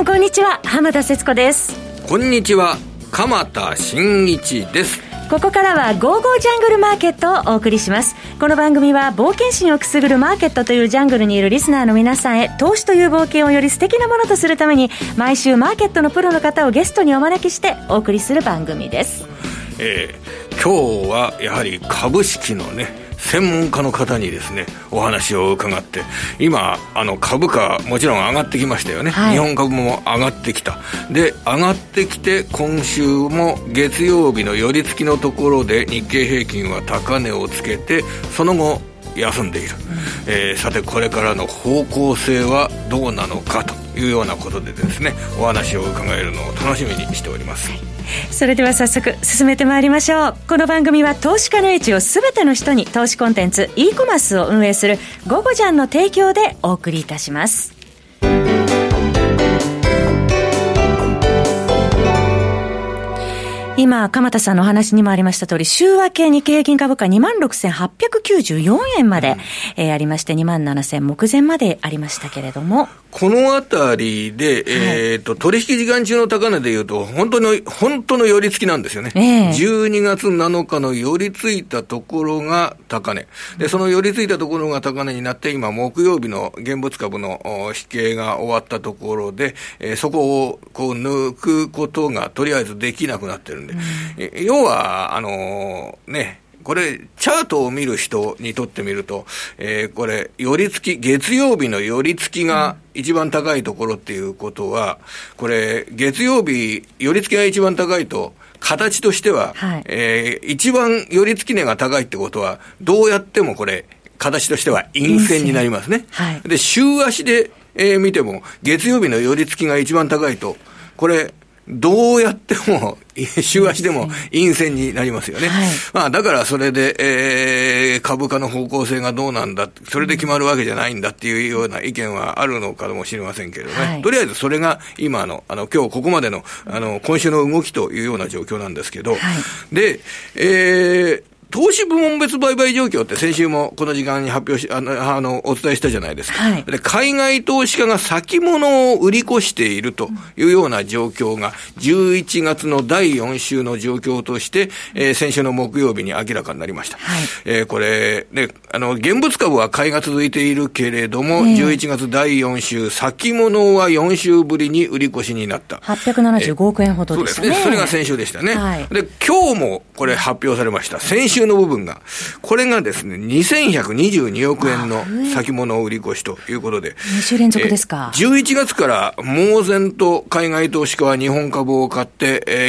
んこんにちは、浜田節子です。 こんにちは、鎌田新一です。 ここからはゴーゴージャングルマーケットをお送りします。この番組は冒険心をくすぐるマーケットというジャングルにいるリスナーの皆さんへ、投資という冒険をより素敵なものとするために、毎週マーケットのプロの方をゲストにお招きしてお送りする番組です。 今日はやはり株式のね、専門家の方にですねお話を伺って、今株価もちろん上がってきましたよね、はい、日本株も上がってきた。で上がってきて、今週も月曜日の寄り付きのところで日経平均は高値をつけて、その後休んでいる、さてこれからの方向性はどうなのかというようなことでですね、お話を伺えるのを楽しみにしております。 それでは早速進めてまいりましょう。この番組は投資家の英知をすべての人に、投資コンテンツ e コマースを運営するゴゴジャンの提供でお送りいたします。今鎌田さんのお話にもありました通り、週明け日経平均株価 26,894 円まで、ありまして、27,000目前までありましたけれども、 このあたりで、取引時間中の高値でいうと本当の寄り付きなんですよね、12月7日の寄り付いたところが高値で、その寄り付いたところが高値になって、今木曜日の現物株の引けが終わったところで、そこをこう抜くことがとりあえずできなくなってるんで、要はこれチャートを見る人にとってみると、これ寄り付き、月曜日の寄り付きが一番高いところっていうことは、これ月曜日寄り付きが一番高いと形としては、一番寄り付き値が高いってことは、どうやってもこれ形としては陰線になりますね、で週足で、見ても月曜日の寄り付きが一番高いと、これどうやっても週足でも陰線になりますよね、だからそれで、株価の方向性がどうなんだ、それで決まるわけじゃないんだっていうような意見はあるのかもしれませんけれどね、とりあえずそれが今の今日ここまでの今週の動きというような状況なんですけど、で、投資部門別売買状況って先週もこの時間に発表し、お伝えしたじゃないですか、で海外投資家が先物を売り越しているというような状況が11月の第4週の状況として、先週の木曜日に明らかになりました、これね、現物株は買いが続いているけれども、11月第4週先物は4週ぶりに売り越しになった。 875億円ほどでしたね。 そうですね、それが先週でしたね、で今日もこれ発表されました。先週の部分が、これがですね、2122億円の先物を売り越しということで、 2週連続ですか。 11月から猛然と海外投資家は日本株を買って、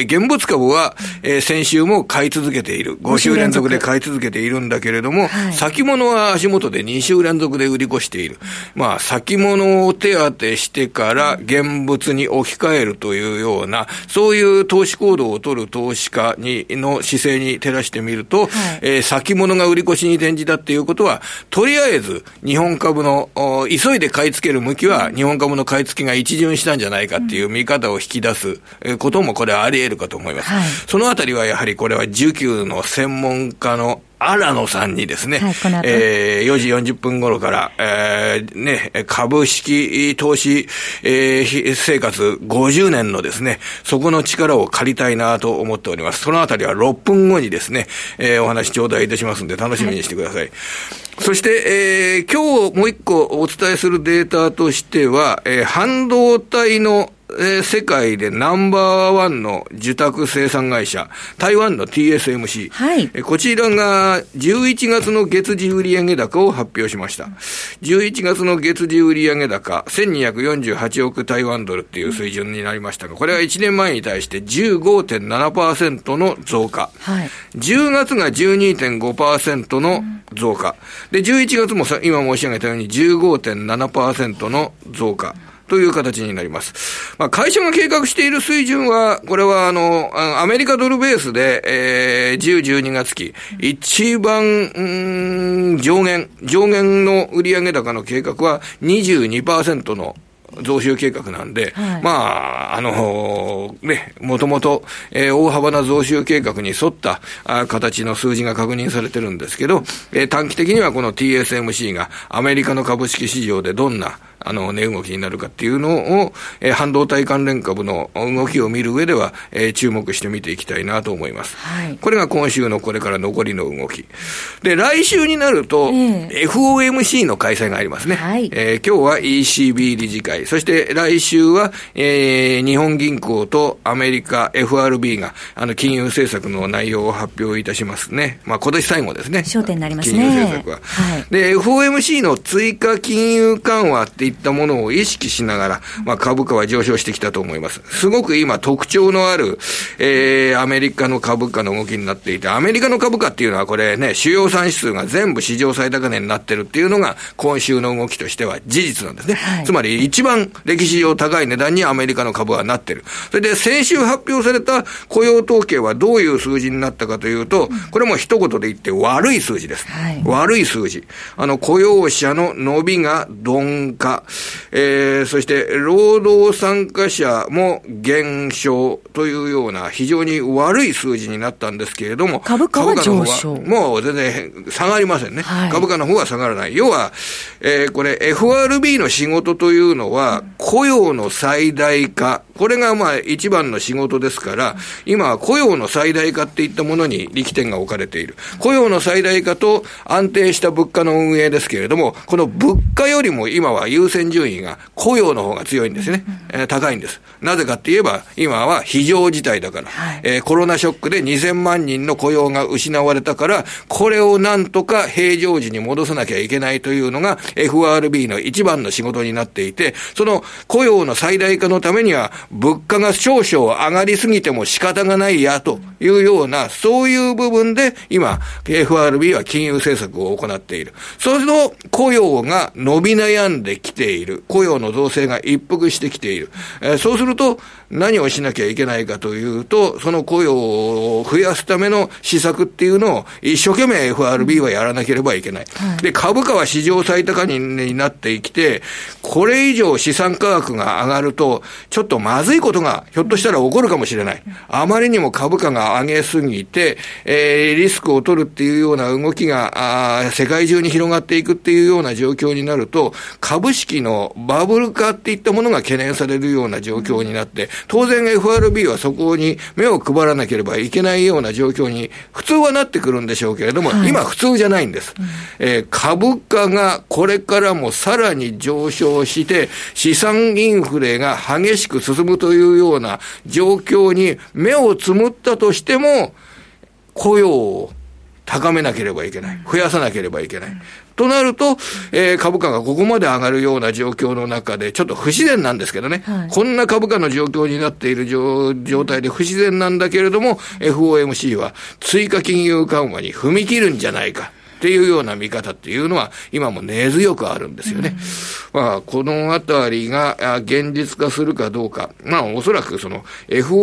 現物株は、先週も買い続けている。5週連続で買い続けているんだけれども、先物は足元で2週連続で売り越している。先物を手当てしてから現物に置き換えるというような、そういう投資行動を取る投資家の姿勢に照らしてみると、先物が売り越しに転じたっていうことは、とりあえず日本株の急いで買い付ける向きは日本株の買い付けが一巡したんじゃないかっていう見方を引き出すこともこれはあり得るかと思います、そのあたりはやはりこれは需給の専門家の荒野さんにですね、4時40分頃から、株式投資、生活50年のですね、そこの力を借りたいなと思っております。そのあたりは6分後にですね、お話頂戴いたしますので楽しみにしてください。そして、今日もう一個お伝えするデータとしては、半導体の世界でナンバーワンの受託生産会社、台湾の TSMC、こちらが11月の月次売上高を発表しました。11月の月次売上高1248億台湾ドルっていう水準になりましたが、これは1年前に対して 15.7% の増加、10月が 12.5% の増加で、11月も今申し上げたように 15.7% の増加という形になります。会社が計画している水準は、これはアメリカドルベースで、10、12月期、一番、上限の売上高の計画は 22% の増収計画なんで、もともと大幅な増収計画に沿った形の数字が確認されてるんですけど、短期的にはこの TSMC がアメリカの株式市場でどんな値動きになるかっていうのを、半導体関連株の動きを見る上では、注目して見ていきたいなと思います。はい、これが今週のこれから残りの動き。で、来週になると、FOMC の開催がありますね。はい、今日は ECB 理事会、そして来週は、日本銀行とアメリカ FRB が金融政策の内容を発表いたしますね。まあ今年最後ですね。 焦点になりますね。 金融政策は。はい、で、FOMC の追加金融緩和っていったものを意識しながら、まあ株価は上昇してきたと思います。すごく今特徴のある、アメリカの株価の動きになっていて、アメリカの株価っていうのはこれね、主要産指数が全部史上最高値になってるっていうのが今週の動きとしては事実なんですね。はい、つまり一番歴史上高い値段にアメリカの株はなってる。それで先週発表された雇用統計はどういう数字になったかというと、これも一言で言って悪い数字です。はい、悪い数字。雇用者の伸びが鈍化。そして労働参加者も減少というような非常に悪い数字になったんですけれども、 株価は上昇。 もう全然下がりませんね。はい、株価の方は下がらない。要は、これ FRB の仕事というのは雇用の最大化。これがまあ一番の仕事ですから、今は雇用の最大化っていったものに力点が置かれている。雇用の最大化と安定した物価の運営ですけれども、この物価よりも今は優先順位が雇用の方が強いんですね。高いんです。なぜかって言えば、今は非常事態だから、はい、コロナショックで2000万人の雇用が失われたから、これをなんとか平常時に戻さなきゃいけないというのが FRB の一番の仕事になっていて、その雇用の最大化のためには物価が少々上がりすぎても仕方がないやというような、そういう部分で今 FRB は金融政策を行っている。その雇用が伸び悩んできている。雇用の増生が一服してきている。そうすると何をしなきゃいけないかというと、その雇用を増やすための施策っていうのを一生懸命 FRB はやらなければいけない。はい、で、株価は史上最高値になってきて、これ以上資産価格が上がると、ちょっとまずいことがひょっとしたら起こるかもしれない。あまりにも株価が上げすぎて、リスクを取るっていうような動きが世界中に広がっていくっていうような状況になると、株式のバブル化っていったものが懸念されるような状況になって、当然 FRB はそこに目を配らなければいけないような状況に普通はなってくるんでしょうけれども、はい、今普通じゃないんです。株価がこれからもさらに上昇して資産インフレが激しく進むというような状況に目をつむったとしても、雇用を高めなければいけない。増やさなければいけない。となると、株価がここまで上がるような状況の中で、ちょっと不自然なんですけどね。はい、こんな株価の状況になっている状態で不自然なんだけれども、FOMC は追加金融緩和に踏み切るんじゃないか。っていうような見方っていうのは今も根強くあるんですよね。まあ、このあたりが現実化するかどうか。まあ、おそらくその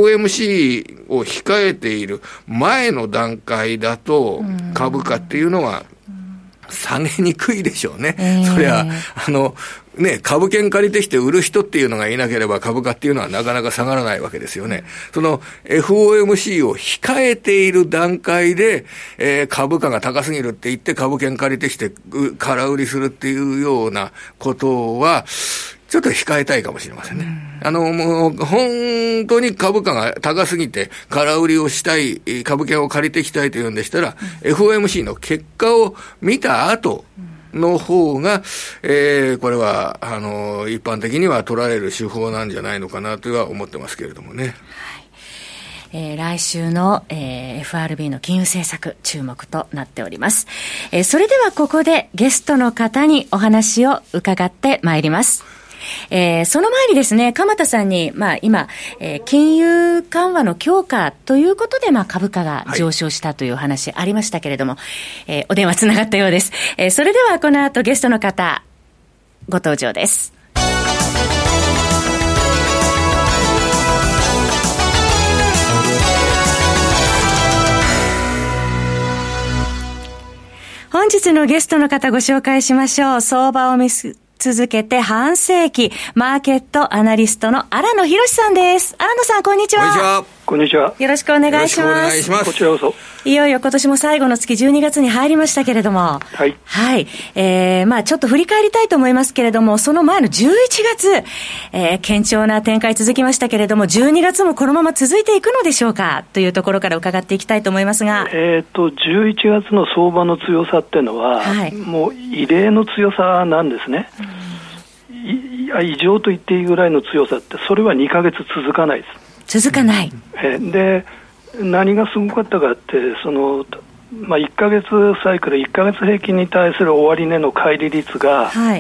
FOMC を控えている前の段階だと株価っていうのは下げにくいでしょうね。そりゃ、株券借りてきて売る人っていうのがいなければ株価っていうのはなかなか下がらないわけですよね。その FOMC を控えている段階で、株価が高すぎるって言って株券借りてきて空売りするっていうようなことは、ちょっと控えたいかもしれませんね。もう、本当に株価が高すぎて、空売りをしたい、株券を借りてきたいというんでしたら、FOMC の結果を見た後の方が、これは、一般的には取られる手法なんじゃないのかなとは思ってますけれどもね。 来週の、FRB の金融政策注目となっております。それではここでゲストの方にお話を伺ってまいります。その前にですね、鎌田さんに、今、金融緩和の強化ということで、株価が上昇したというお話ありましたけれども、お電話つながったようです。それではこの後ゲストの方、ご登場です。本日のゲストの方ご紹介しましょう。相場を見続けて半世紀、マーケットアナリストの荒野博さんです。荒野さん、こんにちは。 こんにちは。 こんにちは。 よろしくお願いします。 よろしくお願いします。 こちらこそ。 いよいよ今年も最後の月12月に入りましたけれども。 はい。 はい。まあちょっと振り返りたいと思いますけれども、その前の11月、堅調な展開続きましたけれども、12月もこのまま続いていくのでしょうかというところから伺っていきたいと思いますが。 11月の相場の強さっていうのは、はい、もう異例の強さなんですね。異常と言っていいぐらいの強さって、それは2ヶ月続かないです。続かない。で、何がすごかったかって、1ヶ月サイクル、1ヶ月平均に対する終値の乖離率が、はい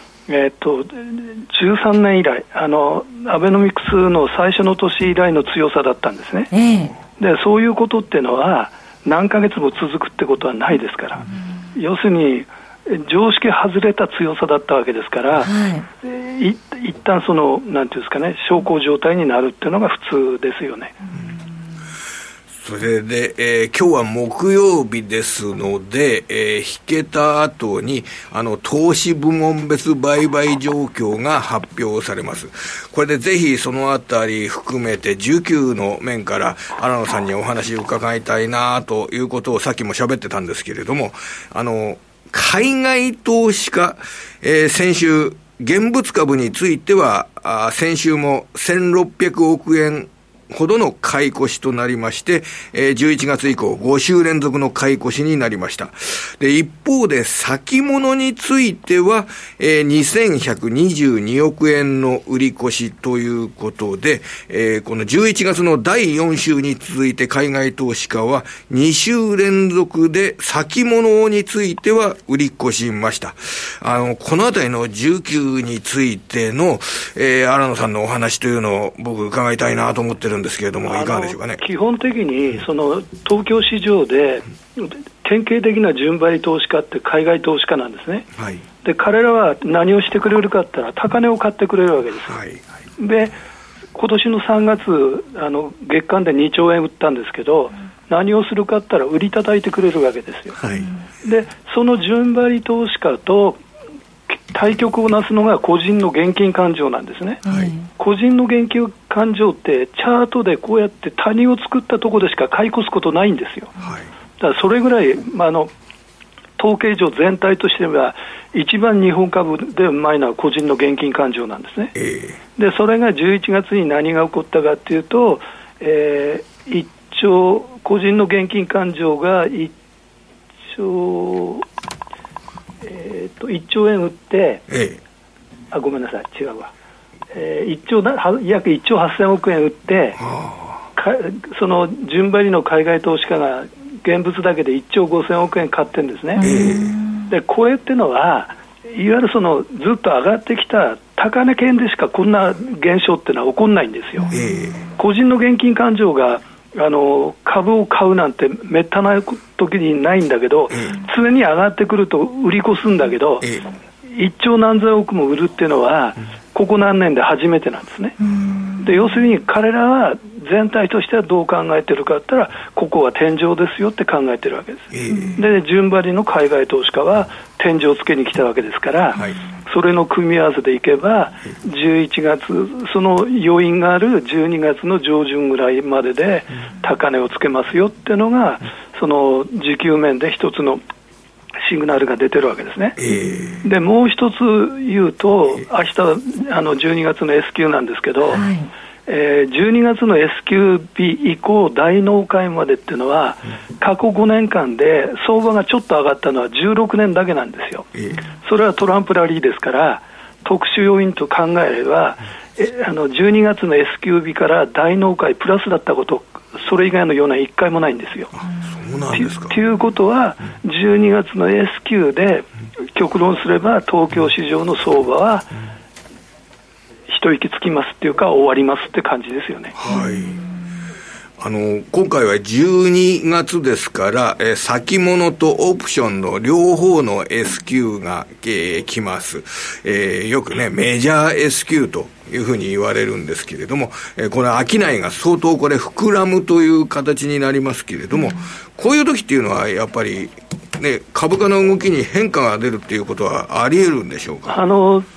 、13年以来、アベノミクスの最初の年以来の強さだったんですね。で、そういうことっていうのは、何ヶ月も続くってことはないですから。要するに、常識外れた強さだったわけですから、はい、一旦なんていうんですかね、小康状態になるっていうのが普通ですよね。 それで、今日は木曜日ですので、引けた後に投資部門別売買状況が発表されます。これでぜひそのあたり含めて19の面から荒野さんにお話を伺いたいなということをさっきも喋ってたんですけれども、海外投資家、先週現物株については先週も1600億円ほどの買い越しとなりまして、11月以降5週連続の買い越しになりました。で、一方で先物については、2122億円の売り越しということで、この11月の第4週に続いて海外投資家は2週連続で先物については売り越しました。このあたりの19についての、荒野さんのお話というのを僕伺いたいなと思ってるんですけれども、いかがでしょうかね。 基本的に東京市場で典型的な順張り投資家って海外投資家なんですね。はい、で彼らは何をしてくれるかって言ったら高値を買ってくれるわけです。はい、で今年の3月月間で2兆円売ったんですけど、何をするかって言ったら売り叩いてくれるわけですよ。はい、でその順張り投資家と対局をなすのが個人の現金勘定なんですね。はい、個人の現金勘定ってチャートでこうやって谷を作ったところでしか買い越すことないんですよ。はい、だからそれぐらい、統計上全体としては一番日本株でうまいのは個人の現金勘定なんですね。でそれが11月に何が起こったかというと、個人の現金勘定が1兆円売って、ごめんなさい、違うわ、約1兆8000億円売って、その順張りの海外投資家が現物だけで1兆5000億円買ってるんですね。でこれってのはいわゆるずっと上がってきた高値圏でしかこんな現象ってのは起こんないんですよ。個人の現金勘定が株を買うなんてめったな時にないんだけど、常に上がってくると売り越すんだけど、1兆何千億も売るっていうのはここ何年で初めてなんですね。で要するに彼らは全体としてはどう考えてるかって言ったら、ここは天井ですよって考えてるわけです。で順張りの海外投資家は天井をつけに来たわけですから、はい、それの組み合わせでいけば11月その要因がある12月の上旬ぐらいまでで高値をつけますよっていうのが、その需給面で一つのシグナルが出てるわけですね。でもう一つ言うと、明日12月の S q なんですけど、はい、12月の S q 日以降大納会までっていうのは、過去5年間で相場がちょっと上がったのは16年だけなんですよ。それはトランプラリーですから、特殊要因と考えれば、12月の S q 日から大納会プラスだったこと、それ以外のような1回もないんですよ。 そうなんですか。 ということは、12月の S q で極論すれば東京市場の相場は一息つきますっていうか終わりますって感じですよね。 はい。今回は12月ですから、先物とオプションの両方の S q が、来ます。よくね、メジャー S q というふうに言われるんですけれども、これ商いが相当これ膨らむという形になりますけれども、こういう時っていうのはやっぱりね、株価の動きに変化が出るっていうことはあり得るんでしょうか。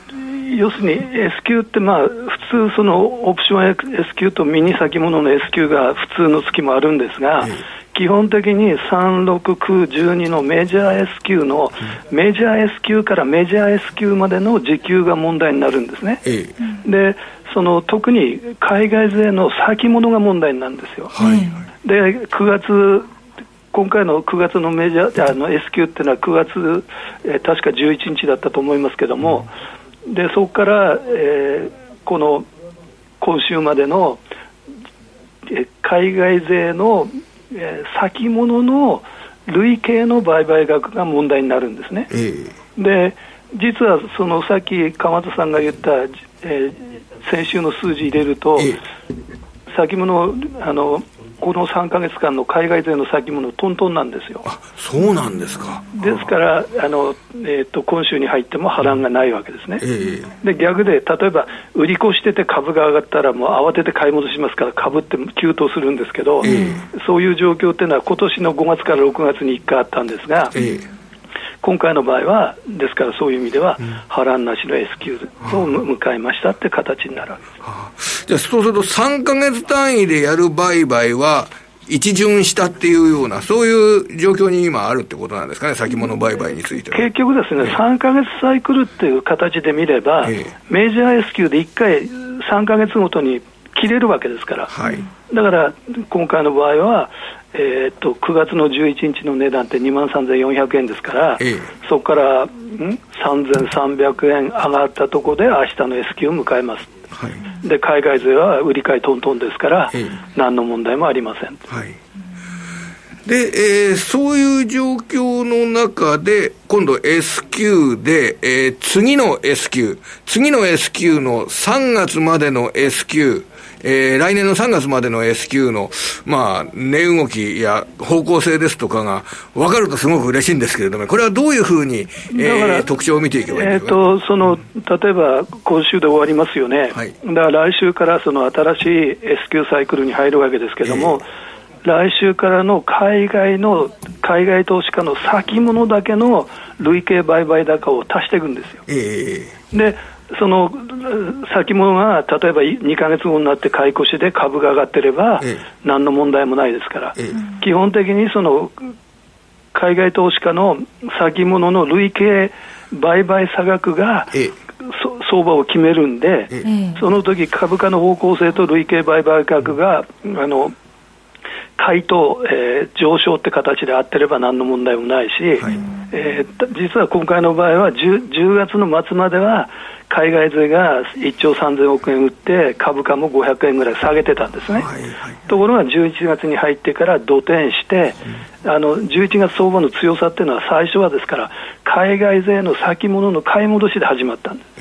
要するに S q って、普通そのオプション S q とミニ先物の S q が普通の月もあるんですが、基本的に3、6、9、12のメジャー S q の、メジャー S q からメジャー S q までの時給が問題になるんですね。で特に海外税の先物が問題になるんですよ。で今回の9月のメジャーの S q っていうのは9月、確か11日だったと思いますけども、でそこから、この今週までの、海外税の、先物の累計の売買額が問題になるんですね。で実はさっき鎌田さんが言った、先週の数字入れると、先物この3ヶ月間の海外税の先物トントンなんですよ。 そうなんですか。 ですから今週に入っても波乱がないわけですね。で逆で例えば売り越してて株が上がったらもう慌てて買い戻しますから株って急騰するんですけど、そういう状況っていうのは今年の5月から6月に1回あったんですが、今回の場合はですからそういう意味では波乱なしの S q を迎えましたって形になるわけです。 じゃあそうすると3ヶ月単位でやる売買は一巡したっていうようなそういう状況に今あるってことなんですかね、先物売買については。 結局ですね、3ヶ月サイクルっていう形で見れば、メジャー S q で1回3ヶ月ごとに切れるわけですから、だから今回の場合は9月の11日の値段って23,400円ですから、そこから3,300円上がったところで明日の S q を迎えます。で海外税は売り買いトントンですから、何の問題もありません。 で、そういう状況の中で今度 S q で、次の S q の3月までの S q、来年の3月までの S q の、値動きや方向性ですとかが分かるとすごく嬉しいんですけれども、これはどういうふうに、特徴を見ていけばいいんですか。 例えば今週で終わりますよね。だから来週からその新しい S q サイクルに入るわけですけども、来週からの海外投資家の先物だけの累計売買高を足していくんですよ。でその先物が例えば2ヶ月後になって買い越しで株が上がってれば何の問題もないですから、基本的にその海外投資家の先物の累計売買差額が相場を決めるんで、その時株価の方向性と累計売買額が買いと、上昇って形で合ってれば何の問題もないし、実は今回の場合は 10月の末までは海外税が1兆3000億円売って株価も500円ぐらい下げてたんですね。ところが11月に入ってから土転して、11月相場の強さっていうのは最初はですから海外税の先物の買い戻しで始まったんです。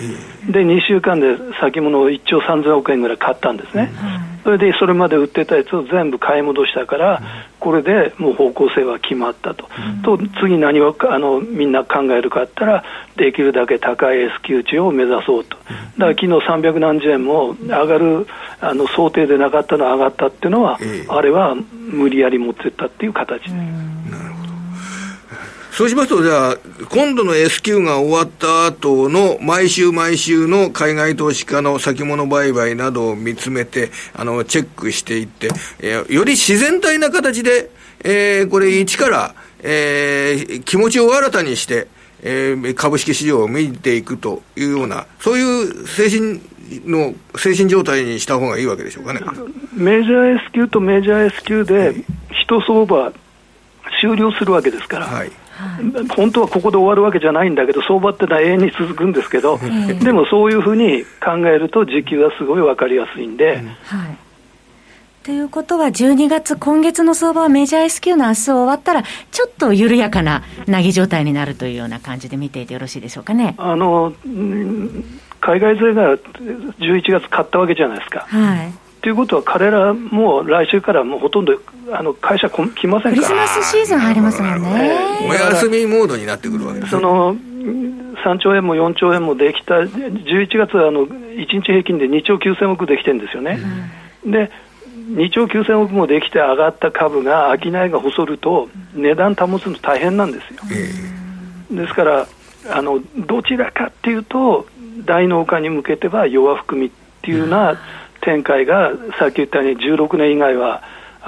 で2週間で先物を1兆3000億円ぐらい買ったんですね。それでそれまで売ってたやつを全部買い戻したから、これでもう方向性は決まったと。次何をみんな考えるかって言ったら、できるだけ高い S q 値を目指そうと。だから昨日300何十円も上がる想定でなかったのが上がったっていうのは、あれは無理やり持っていったっていう形です。 そうしますと、じゃあ今度の S q が終わった後の毎週の海外投資家の先物売買などを見つめてチェックしていって、より自然体な形で、これ一から、気持ちを新たにして、株式市場を見ていくというような、そういう精神状態にした方がいいわけでしょうかね。 メジャー S q とメジャー S q で一相場終了するわけですから、本当はここで終わるわけじゃないんだけど、相場ってのは永遠に続くんですけど、でもそういうふうに考えると時給はすごい分かりやすいんで、 ということは12月今月の相場はメジャー S q の明日終わったらちょっと緩やかななぎ状態になるというような感じで見ていてよろしいでしょうかね。 海外勢が11月買ったわけじゃないですか。ということは彼らも来週からもうほとんど会社来ませんから、 クリスマスシーズン入りますもんね。 お休みモードになってくるわけです。 3兆円も4兆円もできた11月は1日平均で2兆9000億できてるんですよね。で2兆9000億もできて上がった株が商いが細ると値段保つの大変なんですよ。ですからどちらかっていうと大納会に向けては弱含みっていうような展開が、さっき言ったように16年以外は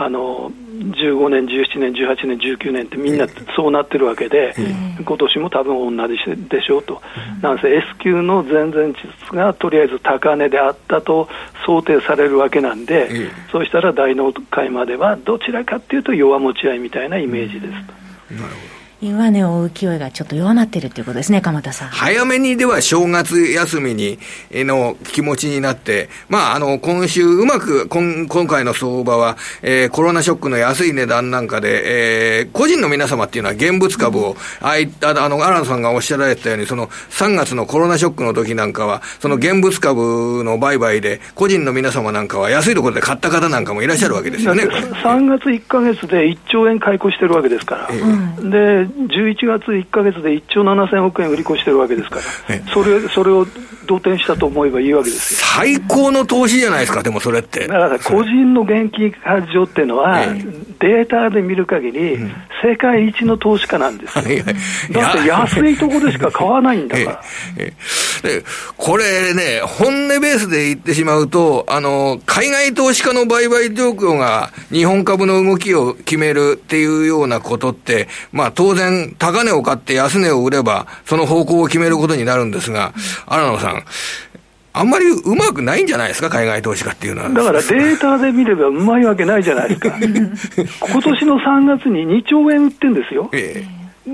15年、17年、18年、19年ってみんなそうなってるわけで、今年も多分同じでしょうと。なんせ S q の前々日がとりあえず高値であったと想定されるわけなんで、そうしたら大納会まではどちらかっていうと弱持ち合いみたいなイメージですと。 なるほど。 上値を追う勢いがちょっと弱まっているということですね、鎌田さん。 早めにでは正月休みにの気持ちになって、今週うまく今回の相場は、コロナショックの安い値段なんかで、個人の皆様っていうのは現物株を、新野さんがおっしゃられたように、その3月のコロナショックの時なんかは、その現物株の売買で、個人の皆様なんかは安いところで買った方なんかもいらっしゃるわけですよね。 3月1ヶ月で1兆円買い越してるわけですから。で11月1ヶ月で1兆7000億円売り越してるわけですから、それを同点したと思えばいいわけですよ。 最高の投資じゃないですか。でもそれってだから個人の現金勘定っていうのは、データで見る限り、世界一の投資家なんですよ。だって安いところでしか買わないんだからでこれね、本音ベースで言ってしまうと、海外投資家の売買状況が日本株の動きを決めるっていうようなことって、当然高値を買って安値を売ればその方向を決めることになるんですが、新野さん、あんまりうまくないんじゃないですか、海外投資家っていうのは。 だからデータで見ればうまいわけないじゃないですか今年の3月に2兆円売ってんですよ、で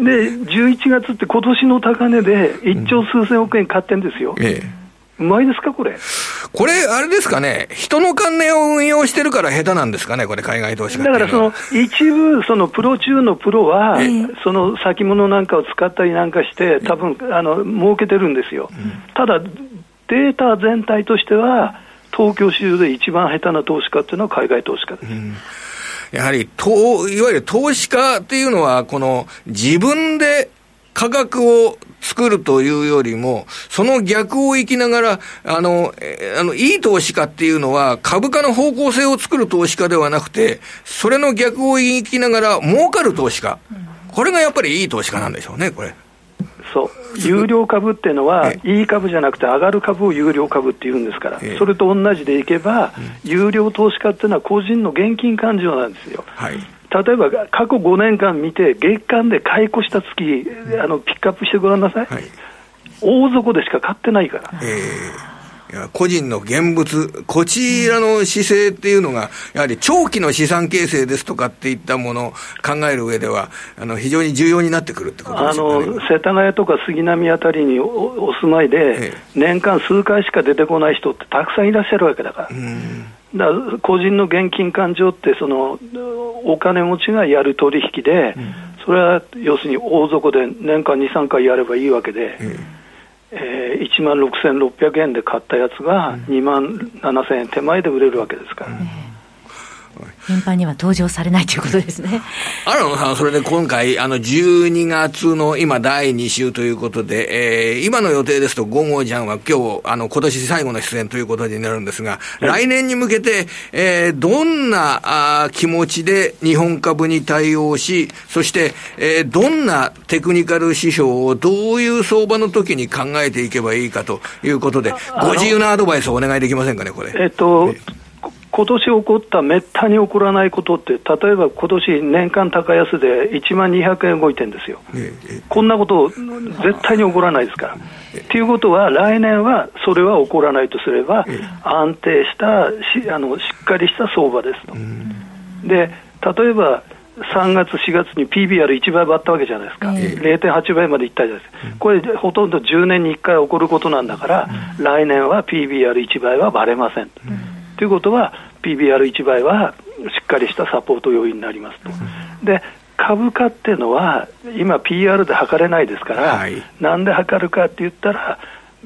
11月って今年の高値で1兆数千億円買ってんですよ、うまいですかこれあれですかね、人の金を運用してるから下手なんですかね、これ海外投資家っていうのは。 だから一部プロ中のプロは、その先物なんかを使ったりなんかして多分儲けてるんですよ、ただデータ全体としては東京市場で一番下手な投資家っていうのは海外投資家です、 やはりいわゆる投資家っていうのはこの自分で価格を作るというよりも、その逆を行きながら、いい投資家っていうのは株価の方向性を作る投資家ではなくて、それの逆を行きながら儲かる投資家。これがやっぱりいい投資家なんでしょうね、これ。 そう。有料株っていうのは、いい株じゃなくて上がる株を有料株って言うんですから、それと同じでいけば、有料投資家っていうのは個人の現金勘定なんですよ。例えば過去5年間見て月間で買い越した月、ピックアップしてごらんなさい、大底でしか買ってないから、 いや個人の現物、こちらの姿勢っていうのがやはり長期の資産形成ですとかっていったものを考える上では非常に重要になってくるってことですよね。 世田谷とか杉並あたりに お住まいで、年間数回しか出てこない人ってたくさんいらっしゃるわけだから、だから個人の現金勘定ってお金持ちがやる取引で、それは要するに大底で年間 2,3 回やればいいわけで、16,600 円で買ったやつが27,000円手前で売れるわけですから、 頻繁には登場されないということですね。 新野さん、それで今回12月の今第2週ということで、今の予定ですとゴーゴージャンは今年最後の出演ということになるんですが、来年に向けて、どんな気持ちで日本株に対応し、そして、どんなテクニカル指標をどういう相場の時に考えていけばいいかということで、ご自由なアドバイスをお願いできませんかね、これ。 今年起こっためったに起こらないことって、例えば今年年間高安で12,200円動いてるんですよ、こんなこと絶対に起こらないですから。ということは来年はそれは起こらないとすれば、安定したしっかりした相場ですと。で例えば3月4月に PBR1 倍割ったわけじゃないですか、0.8 倍までいったじゃないですか。これほとんど10年に1回起こることなんだから、来年は PBR1 倍は割れませんということは PBR1 倍はしっかりしたサポート要因になりますと。で株価っていうのは今 PR で測れないですから、なんで測るかって言ったら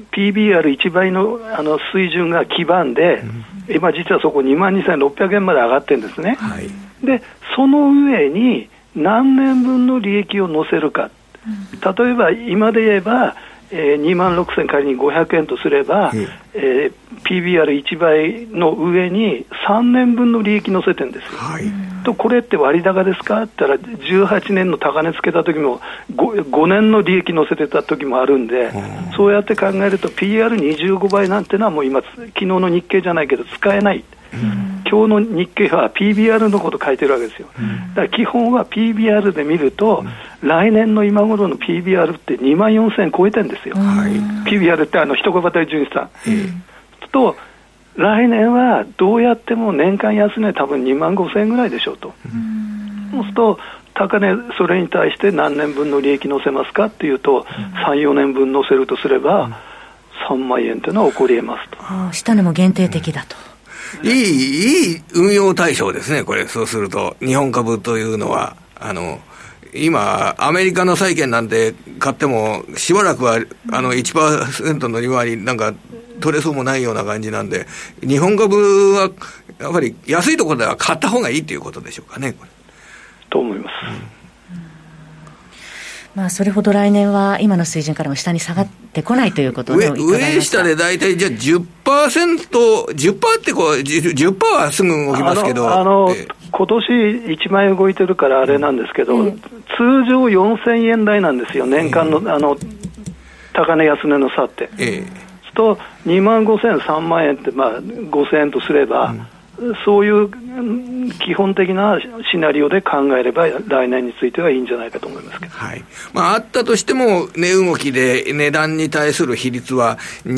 PBR1 倍の水準が基盤で、今実はそこ 22,600 円まで上がってるんですね、でその上に何年分の利益を乗せるか、例えば今で言えば26,000仮に500円とすれば、 PBR1 倍の上に3年分の利益乗せてるんですよ、はい、とこれって割高ですかって言ったら18年の高値つけた時も 5年の利益乗せてた時もあるんで、そうやって考えると PR25 倍なんてのはもう今昨日の日経じゃないけど使えない、今日の日経は PBR のこと書いてるわけですよ。だから基本は PBR で見ると、来年の今頃の PBR って2万4000超えてるんですよ、PBR って一言当たり純資産、と来年はどうやっても年間安値多分2万5000円ぐらいでしょうと。そうすると高値それに対して何年分の利益乗せますかっていうと、3、4年分乗せるとすれば3万円というのは起こり得ますと。 下値も限定的だと。 いい運用対象ですね、これ。そうすると日本株というのは今アメリカの債券なんて買ってもしばらくは1% の利回りなんか取れそうもないような感じなんで、日本株はやっぱり安いところでは買った方がいいということでしょうかね、これ。 と思います、 まあ、それほど来年は今の水準からも下に下がってこないということを伺いました。 上下で大体じゃあ 10% ってこう 10% はすぐ動きますけど、 今年1万円動いてるからあれなんですけど、通常4000円台なんですよ、年間の、高値安値の差って、と2万5000、3万円って、5000円とすれば、そういう基本的なシナリオで考えれば来年についてはいいんじゃないかと思いますけど、 はい、あったとしても値動きで値段に対する比率は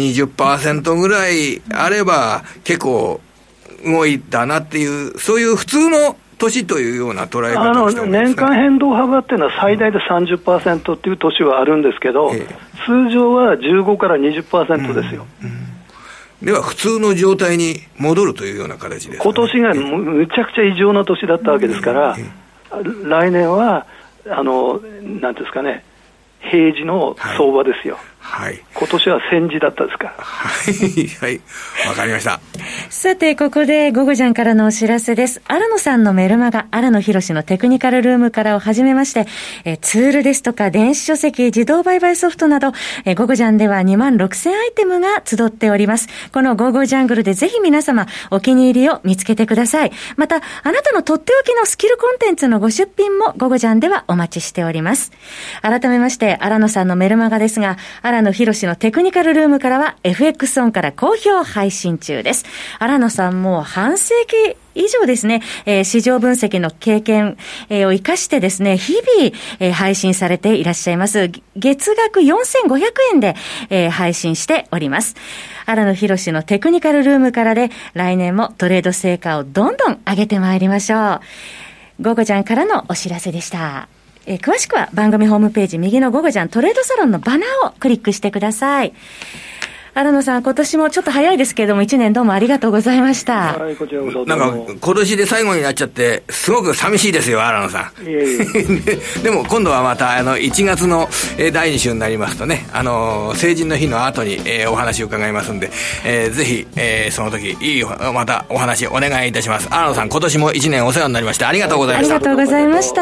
20% ぐらいあれば結構動いたなっていう、そういう普通の年というような捉え方をしてますね。 年間変動幅っていうのは最大で 30% っていう年はあるんですけど、通常は15から 20% ですよ、 では普通の状態に戻るというような形ですかね。 今年がむちゃくちゃ異常な年だったわけですから、来年はなんですかね、平時の相場ですよ、はい、今年は戦時だったですから。 はいはい、わかりました。 さてここでゴゴジャンからのお知らせです。新野さんのメルマガ、新野博のテクニカルルームからをはじめまして、ツールですとか電子書籍、自動売買ソフトなど、ゴゴジャンでは2万6000アイテムが集っております。このゴゴジャングルでぜひ皆様お気に入りを見つけてください。またあなたのとっておきのスキルコンテンツのご出品もゴゴジャンではお待ちしております。改めまして新野さんのメルマガですが、新野博のテクニカルルームからは FX オンから好評配信中です。新野さんも半世紀以上ですね、市場分析の経験、を生かしてですね、日々、配信されていらっしゃいます。月額4500円で、配信しております。新野博のテクニカルルームからで来年もトレード成果をどんどん上げてまいりましょう。ゴゴちゃんからのお知らせでした。詳しくは番組ホームページ右のゴゴジャントレードサロンのバナーをクリックしてください。新野さん、今年もちょっと早いですけれども1年どうもありがとうございました。 はい、こちらこそ。 なんか今年で最後になっちゃってすごく寂しいですよ、新野さん。でも今度はまた1月の第2週になりますとね、成人の日の後に、お話を伺いますんで、ぜひ、その時またお話お願いいたします。新野さん、今年も1年お世話になりましてありがとうございました。 ありがとうございました。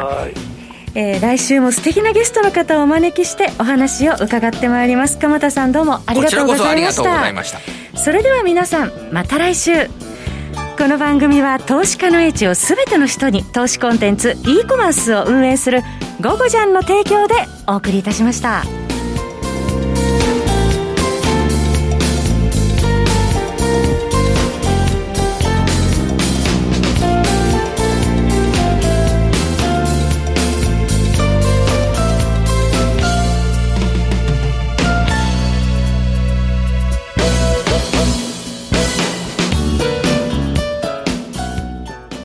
来週も素敵なゲストの方をお招きしてお話を伺ってまいります。鎌田さん、どうもありがとうございました。こちらこそありがとうございました。それでは皆さん、また来週。この番組は投資家の英知をすべての人に、投資コンテンツ e コマースを運営するゴゴジャンの提供でお送りいたしました。